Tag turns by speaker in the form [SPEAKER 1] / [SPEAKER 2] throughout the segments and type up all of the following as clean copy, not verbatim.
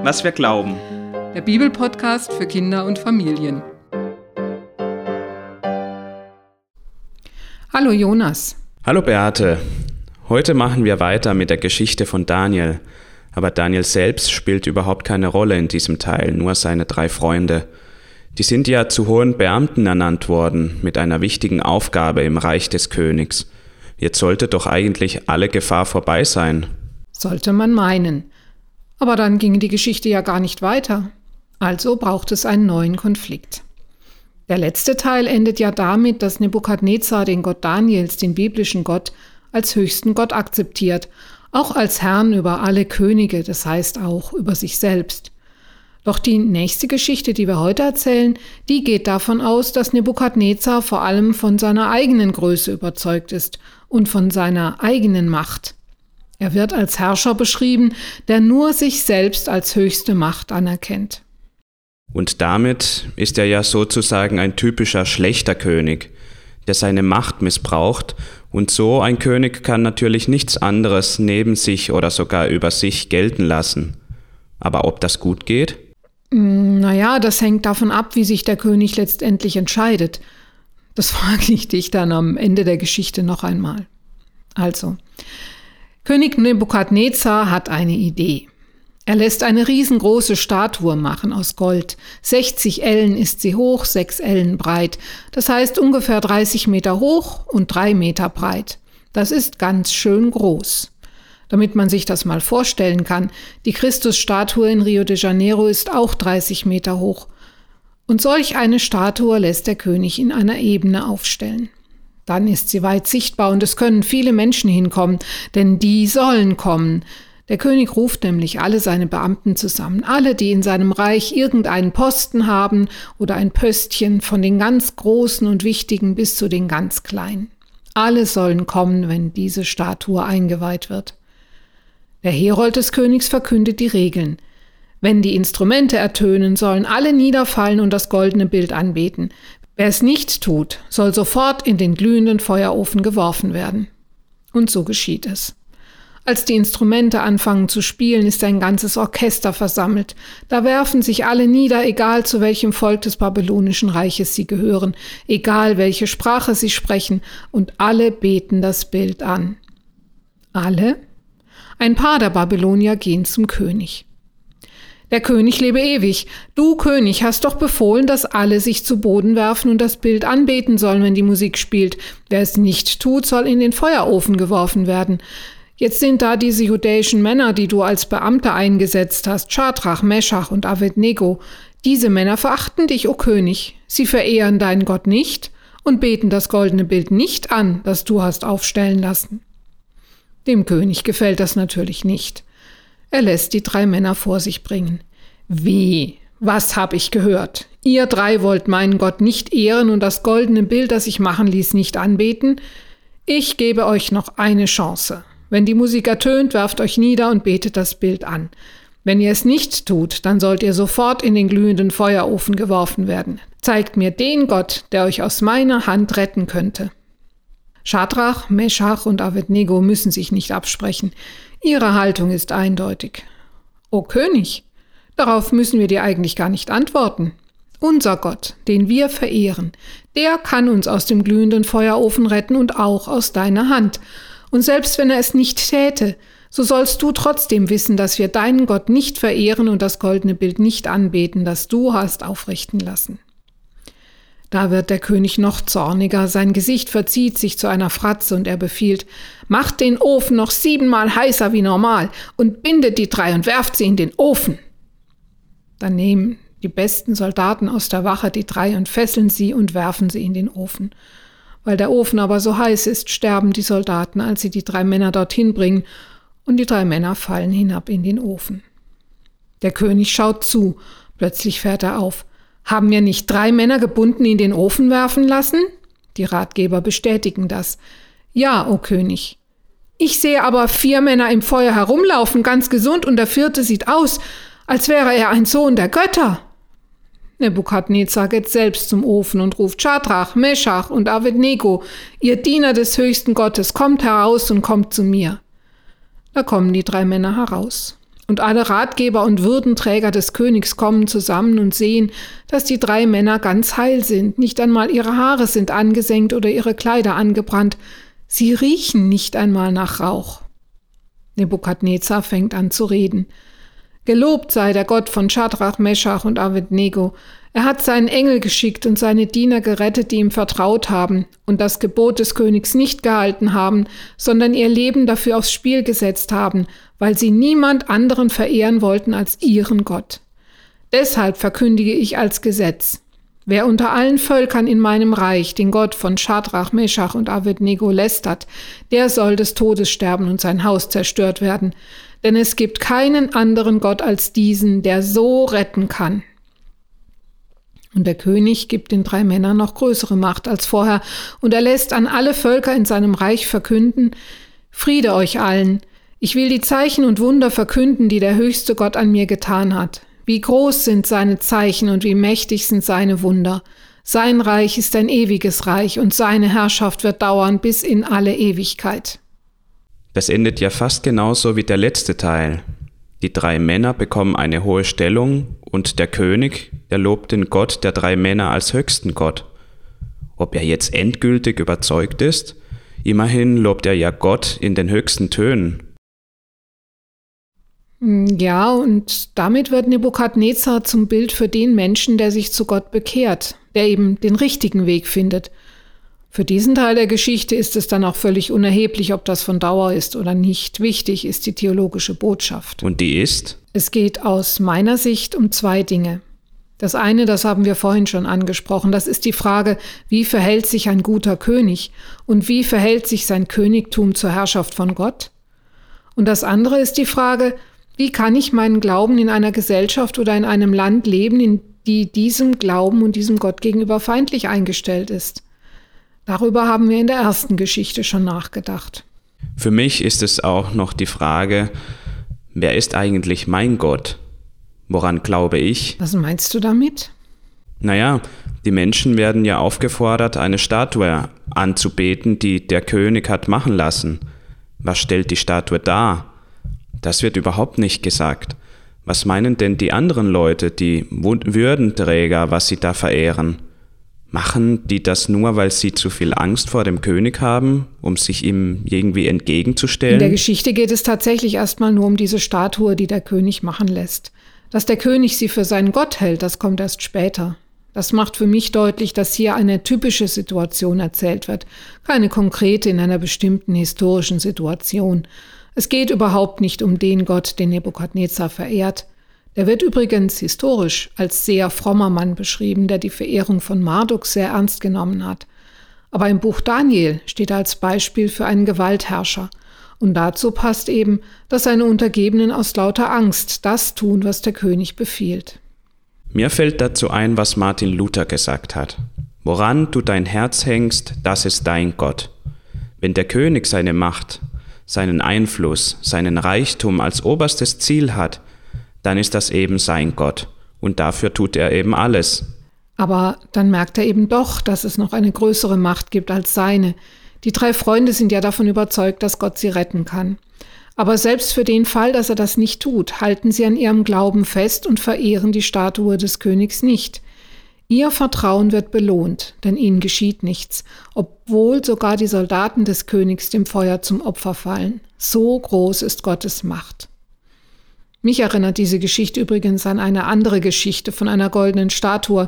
[SPEAKER 1] was wir glauben.
[SPEAKER 2] Der Bibelpodcast für Kinder und Familien. Hallo Jonas.
[SPEAKER 1] Hallo Beate. Heute machen wir weiter mit der Geschichte von Daniel. Aber Daniel selbst spielt überhaupt keine Rolle in diesem Teil, nur seine 3 Freunde. Die sind ja zu hohen Beamten ernannt worden, mit einer wichtigen Aufgabe im Reich des Königs. Jetzt sollte doch eigentlich alle Gefahr vorbei sein.
[SPEAKER 2] Sollte man meinen. Aber dann ginge die Geschichte ja gar nicht weiter. Also braucht es einen neuen Konflikt. Der letzte Teil endet ja damit, dass Nebukadnezar den Gott Daniels, den biblischen Gott, als höchsten Gott akzeptiert, auch als Herrn über alle Könige, das heißt auch über sich selbst. Doch die nächste Geschichte, die wir heute erzählen, die geht davon aus, dass Nebukadnezar vor allem von seiner eigenen Größe überzeugt ist und von seiner eigenen Macht. Er wird als Herrscher beschrieben, der nur sich selbst als höchste Macht anerkennt.
[SPEAKER 1] Und damit ist er ja sozusagen ein typischer schlechter König, der seine Macht missbraucht, und so ein König kann natürlich nichts anderes neben sich oder sogar über sich gelten lassen. Aber ob das gut geht?
[SPEAKER 2] Naja, das hängt davon ab, wie sich der König letztendlich entscheidet. Das frage ich dich dann am Ende der Geschichte noch einmal. Also, König Nebukadnezar hat eine Idee. Er lässt eine riesengroße Statue machen aus Gold. 60 Ellen ist sie hoch, 6 Ellen breit. Das heißt ungefähr 30 Meter hoch und 3 Meter breit. Das ist ganz schön groß. Damit man sich das mal vorstellen kann, die Christusstatue in Rio de Janeiro ist auch 30 Meter hoch. Und solch eine Statue lässt der König in einer Ebene aufstellen. Dann ist sie weit sichtbar und es können viele Menschen hinkommen, denn die sollen kommen. Der König ruft nämlich alle seine Beamten zusammen, alle, die in seinem Reich irgendeinen Posten haben oder ein Pöstchen, von den ganz Großen und Wichtigen bis zu den ganz Kleinen. Alle sollen kommen, wenn diese Statue eingeweiht wird. Der Herold des Königs verkündet die Regeln. Wenn die Instrumente ertönen, sollen alle niederfallen und das goldene Bild anbeten. Wer es nicht tut, soll sofort in den glühenden Feuerofen geworfen werden. Und so geschieht es. Als die Instrumente anfangen zu spielen, ist ein ganzes Orchester versammelt. Da werfen sich alle nieder, egal zu welchem Volk des babylonischen Reiches sie gehören, egal welche Sprache sie sprechen, und alle beten das Bild an. Alle? Ein paar der Babylonier gehen zum König. Der König lebe ewig. Du, König, hast doch befohlen, dass alle sich zu Boden werfen und das Bild anbeten sollen, wenn die Musik spielt. Wer es nicht tut, soll in den Feuerofen geworfen werden. Jetzt sind da diese judäischen Männer, die du als Beamte eingesetzt hast, Schadrach, Meschach und Abednego. Diese Männer verachten dich, o König. Sie verehren deinen Gott nicht und beten das goldene Bild nicht an, das du hast aufstellen lassen. Dem König gefällt das natürlich nicht. Er lässt die 3 Männer vor sich bringen. Wie? Was hab ich gehört? Ihr 3 wollt meinen Gott nicht ehren und das goldene Bild, das ich machen ließ, nicht anbeten? Ich gebe euch noch eine Chance. Wenn die Musik ertönt, werft euch nieder und betet das Bild an. Wenn ihr es nicht tut, dann sollt ihr sofort in den glühenden Feuerofen geworfen werden. Zeigt mir den Gott, der euch aus meiner Hand retten könnte. Schadrach, Meschach und Abednego müssen sich nicht absprechen. Ihre Haltung ist eindeutig. O König, darauf müssen wir dir eigentlich gar nicht antworten. Unser Gott, den wir verehren, der kann uns aus dem glühenden Feuerofen retten und auch aus deiner Hand. Und selbst wenn er es nicht täte, so sollst du trotzdem wissen, dass wir deinen Gott nicht verehren und das goldene Bild nicht anbeten, das du hast aufrichten lassen. Da wird der König noch zorniger, sein Gesicht verzieht sich zu einer Fratze und er befiehlt, macht den Ofen noch 7-mal heißer wie normal und bindet die 3 und werft sie in den Ofen. Dann nehmen die besten Soldaten aus der Wache die 3 und fesseln sie und werfen sie in den Ofen. Weil der Ofen aber so heiß ist, sterben die Soldaten, als sie die 3 Männer dorthin bringen, und die 3 Männer fallen hinab in den Ofen. Der König schaut zu, plötzlich fährt er auf. Haben wir nicht 3 Männer gebunden in den Ofen werfen lassen? Die Ratgeber bestätigen das. Ja, o König. Ich sehe aber 4 Männer im Feuer herumlaufen, ganz gesund, und der 4. sieht aus, als wäre er ein Sohn der Götter. Nebukadnezar geht selbst zum Ofen und ruft Schadrach, Meschach und Abednego, ihr Diener des höchsten Gottes, kommt heraus und kommt zu mir. Da kommen die 3 Männer heraus. Und alle Ratgeber und Würdenträger des Königs kommen zusammen und sehen, dass die 3 Männer ganz heil sind. Nicht einmal ihre Haare sind angesenkt oder ihre Kleider angebrannt. Sie riechen nicht einmal nach Rauch. Nebukadnezar fängt an zu reden. Gelobt sei der Gott von Schadrach, Meschach und Abednego. Er hat seinen Engel geschickt und seine Diener gerettet, die ihm vertraut haben und das Gebot des Königs nicht gehalten haben, sondern ihr Leben dafür aufs Spiel gesetzt haben, weil sie niemand anderen verehren wollten als ihren Gott. Deshalb verkündige ich als Gesetz: Wer unter allen Völkern in meinem Reich den Gott von Schadrach, Meschach und Abednego lästert, der soll des Todes sterben und sein Haus zerstört werden. Denn es gibt keinen anderen Gott als diesen, der so retten kann. Und der König gibt den 3 Männern noch größere Macht als vorher, und er lässt an alle Völker in seinem Reich verkünden: Friede euch allen! Ich will die Zeichen und Wunder verkünden, die der höchste Gott an mir getan hat. Wie groß sind seine Zeichen und wie mächtig sind seine Wunder. Sein Reich ist ein ewiges Reich und seine Herrschaft wird dauern bis in alle Ewigkeit.
[SPEAKER 1] Das endet ja fast genauso wie der letzte Teil. Die 3 Männer bekommen eine hohe Stellung und der König, der lobt den Gott der 3 Männer als höchsten Gott. Ob er jetzt endgültig überzeugt ist? Immerhin lobt er ja Gott in den höchsten Tönen.
[SPEAKER 2] Ja, und damit wird Nebukadnezar zum Bild für den Menschen, der sich zu Gott bekehrt, der eben den richtigen Weg findet. Für diesen Teil der Geschichte ist es dann auch völlig unerheblich, ob das von Dauer ist oder nicht. Wichtig ist die theologische Botschaft.
[SPEAKER 1] Und die ist?
[SPEAKER 2] Es geht aus meiner Sicht um 2 Dinge. Das eine, das haben wir vorhin schon angesprochen, das ist die Frage, wie verhält sich ein guter König und wie verhält sich sein Königtum zur Herrschaft von Gott? Und das andere ist die Frage, wie kann ich meinen Glauben in einer Gesellschaft oder in einem Land leben, in die diesem Glauben und diesem Gott gegenüber feindlich eingestellt ist? Darüber haben wir in der ersten Geschichte schon nachgedacht.
[SPEAKER 1] Für mich ist es auch noch die Frage, wer ist eigentlich mein Gott? Woran glaube ich?
[SPEAKER 2] Was meinst du damit?
[SPEAKER 1] Naja, die Menschen werden ja aufgefordert, eine Statue anzubeten, die der König hat machen lassen. Was stellt die Statue dar? Das wird überhaupt nicht gesagt. Was meinen denn die anderen Leute, die Würdenträger, was sie da verehren? Machen die das nur, weil sie zu viel Angst vor dem König haben, um sich ihm irgendwie entgegenzustellen?
[SPEAKER 2] In der Geschichte geht es tatsächlich erstmal nur um diese Statue, die der König machen lässt. Dass der König sie für seinen Gott hält, das kommt erst später. Das macht für mich deutlich, dass hier eine typische Situation erzählt wird, keine konkrete in einer bestimmten historischen Situation. Es geht überhaupt nicht um den Gott, den Nebukadnezar verehrt. Der wird übrigens historisch als sehr frommer Mann beschrieben, der die Verehrung von Marduk sehr ernst genommen hat. Aber im Buch Daniel steht er als Beispiel für einen Gewaltherrscher. Und dazu passt eben, dass seine Untergebenen aus lauter Angst das tun, was der König befiehlt.
[SPEAKER 1] Mir fällt dazu ein, was Martin Luther gesagt hat. Woran du dein Herz hängst, das ist dein Gott. Wenn der König seine Macht, seinen Einfluss, seinen Reichtum als oberstes Ziel hat, dann ist das eben sein Gott. Und dafür tut er eben alles.
[SPEAKER 2] Aber dann merkt er eben doch, dass es noch eine größere Macht gibt als seine. Die 3 Freunde sind ja davon überzeugt, dass Gott sie retten kann. Aber selbst für den Fall, dass er das nicht tut, halten sie an ihrem Glauben fest und verehren die Statue des Königs nicht. Ihr Vertrauen wird belohnt, denn ihnen geschieht nichts, obwohl sogar die Soldaten des Königs dem Feuer zum Opfer fallen. So groß ist Gottes Macht. Mich erinnert diese Geschichte übrigens an eine andere Geschichte von einer goldenen Statue.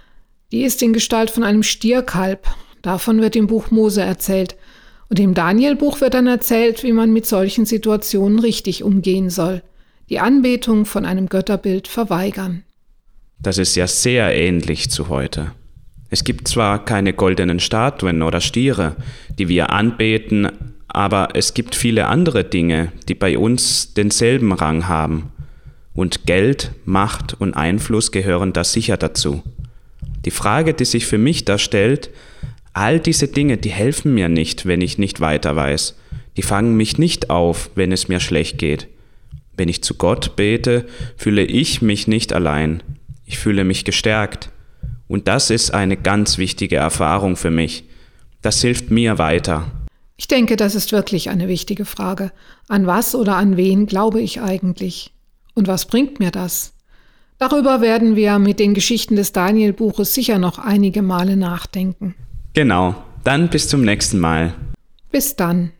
[SPEAKER 2] Die ist in Gestalt von einem Stierkalb. Davon wird im Buch Mose erzählt. Und im Daniel-Buch wird dann erzählt, wie man mit solchen Situationen richtig umgehen soll. Die Anbetung von einem Götterbild verweigern.
[SPEAKER 1] Das ist ja sehr ähnlich zu heute. Es gibt zwar keine goldenen Statuen oder Stiere, die wir anbeten, aber es gibt viele andere Dinge, die bei uns denselben Rang haben. Und Geld, Macht und Einfluss gehören da sicher dazu. Die Frage, die sich für mich da stellt, all diese Dinge, die helfen mir nicht, wenn ich nicht weiter weiß. Die fangen mich nicht auf, wenn es mir schlecht geht. Wenn ich zu Gott bete, fühle ich mich nicht allein. Ich fühle mich gestärkt. Und das ist eine ganz wichtige Erfahrung für mich. Das hilft mir weiter.
[SPEAKER 2] Ich denke, das ist wirklich eine wichtige Frage. An was oder an wen glaube ich eigentlich? Und was bringt mir das? Darüber werden wir mit den Geschichten des Daniel-Buches sicher noch einige Male nachdenken.
[SPEAKER 1] Genau, dann bis zum nächsten Mal.
[SPEAKER 2] Bis dann.